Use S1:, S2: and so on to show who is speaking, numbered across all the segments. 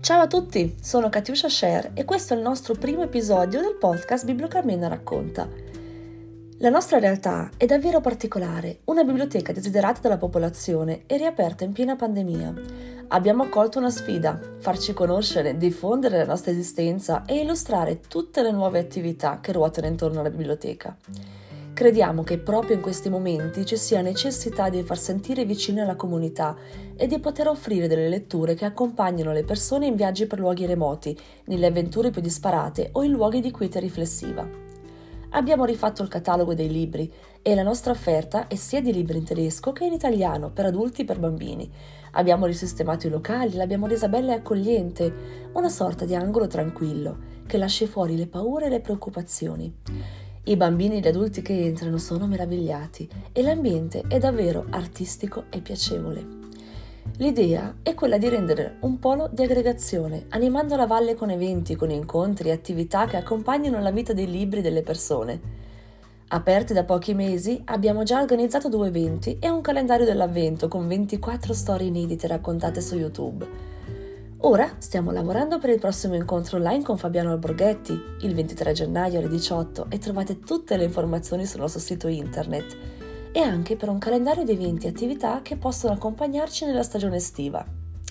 S1: Ciao a tutti, sono Katiuscia Sher e questo è il nostro primo episodio del podcast Bibliocarmina racconta. La nostra realtà è davvero particolare, una biblioteca desiderata dalla popolazione e riaperta in piena pandemia. Abbiamo accolto una sfida, farci conoscere, diffondere la nostra esistenza e illustrare tutte le nuove attività che ruotano intorno alla biblioteca. Crediamo che proprio in questi momenti ci sia necessità di far sentire vicine la comunità e di poter offrire delle letture che accompagnino le persone in viaggi per luoghi remoti, nelle avventure più disparate o in luoghi di quiete riflessiva. Abbiamo rifatto il catalogo dei libri e la nostra offerta è sia di libri in tedesco che in italiano per adulti e per bambini. Abbiamo risistemato i locali, l'abbiamo resa bella e accogliente, una sorta di angolo tranquillo che lasci fuori le paure e le preoccupazioni. I bambini e gli adulti che entrano sono meravigliati e l'ambiente è davvero artistico e piacevole. L'idea è quella di rendere un polo di aggregazione, animando la valle con eventi, con incontri e attività che accompagnino la vita dei libri delle persone. Aperti da pochi mesi, abbiamo già organizzato 2 eventi e un calendario dell'avvento con 24 storie inedite raccontate su YouTube. Ora stiamo lavorando per il prossimo incontro online con Fabiano Alborghetti, il 23 gennaio alle 18 e trovate tutte le informazioni sul nostro sito internet, e anche per un calendario di eventi e attività che possono accompagnarci nella stagione estiva.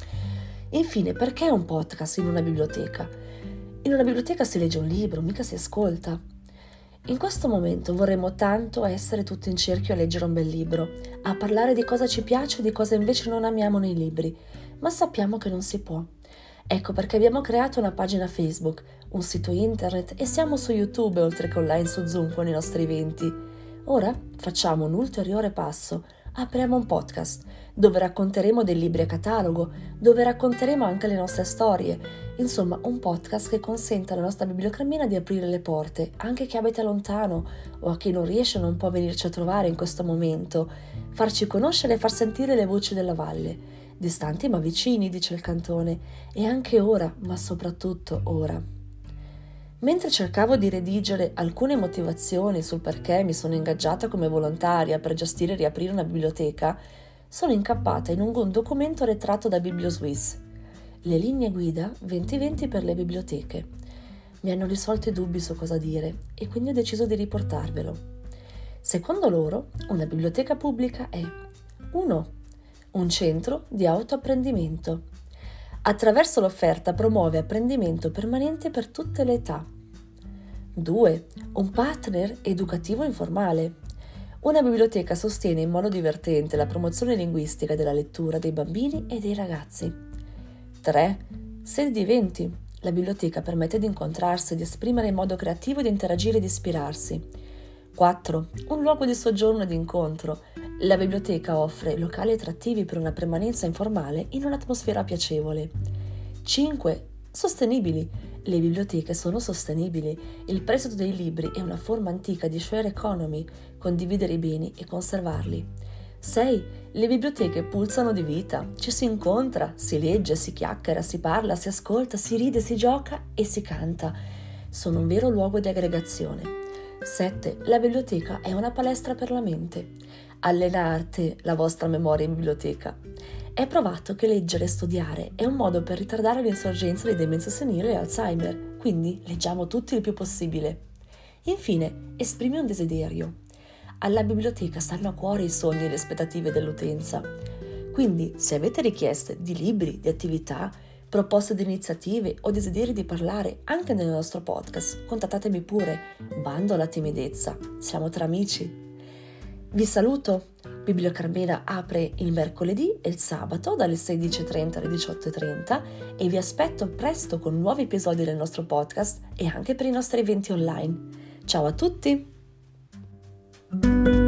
S1: Infine, perché un podcast in una biblioteca? In una biblioteca si legge un libro, mica si ascolta. In questo momento vorremmo tanto essere tutti in cerchio a leggere un bel libro, a parlare di cosa ci piace e di cosa invece non amiamo nei libri, ma sappiamo che non si può. Ecco perché abbiamo creato una pagina Facebook, un sito internet e siamo su YouTube oltre che online su Zoom con i nostri eventi. Ora facciamo un ulteriore passo, apriamo un podcast dove racconteremo dei libri a catalogo, dove racconteremo anche le nostre storie, insomma un podcast che consenta alla nostra bibliocarmina di aprire le porte, anche a chi abita lontano o a chi non riesce o non può venirci a trovare in questo momento, farci conoscere e far sentire le voci della valle. Distanti ma vicini, dice il cantone, e anche ora, ma soprattutto ora. Mentre cercavo di redigere alcune motivazioni sul perché mi sono ingaggiata come volontaria per gestire e riaprire una biblioteca, sono incappata in un documento retratto da BiblioSwiss, le linee guida 2020 per le biblioteche. Mi hanno risolto i dubbi su cosa dire e quindi ho deciso di riportarvelo. Secondo loro, una biblioteca pubblica è 1. Un centro di autoapprendimento. Attraverso l'offerta promuove apprendimento permanente per tutte le età. 2. Un partner educativo informale. Una biblioteca sostiene in modo divertente la promozione linguistica della lettura dei bambini e dei ragazzi. 3. Sede di eventi. La biblioteca permette di incontrarsi, di esprimere in modo creativo e di interagire e di ispirarsi. 4. Un luogo di soggiorno e di incontro. La biblioteca offre locali attrattivi per una permanenza informale in un'atmosfera piacevole. 5. Sostenibili. Le biblioteche sono sostenibili. Il prestito dei libri è una forma antica di share economy, condividere i beni e conservarli. 6. Le biblioteche pulsano di vita. Ci si incontra, si legge, si chiacchiera, si parla, si ascolta, si ride, si gioca e si canta. Sono un vero luogo di aggregazione. 7. La biblioteca è una palestra per la mente. Allenate la vostra memoria in biblioteca. È provato che leggere e studiare è un modo per ritardare l'insorgenza di demenza senile e Alzheimer, quindi leggiamo tutti il più possibile. Infine, esprimi un desiderio. Alla biblioteca stanno a cuore i sogni e le aspettative dell'utenza. Quindi, se avete richieste di libri, di attività, proposte di iniziative o desideri di parlare anche nel nostro podcast, contattatemi pure. Bando alla timidezza, siamo tra amici. Vi saluto. Bibliocarmina apre il mercoledì e il sabato dalle 16:30 alle 18:30 e vi aspetto presto con nuovi episodi del nostro podcast e anche per i nostri eventi online. Ciao a tutti!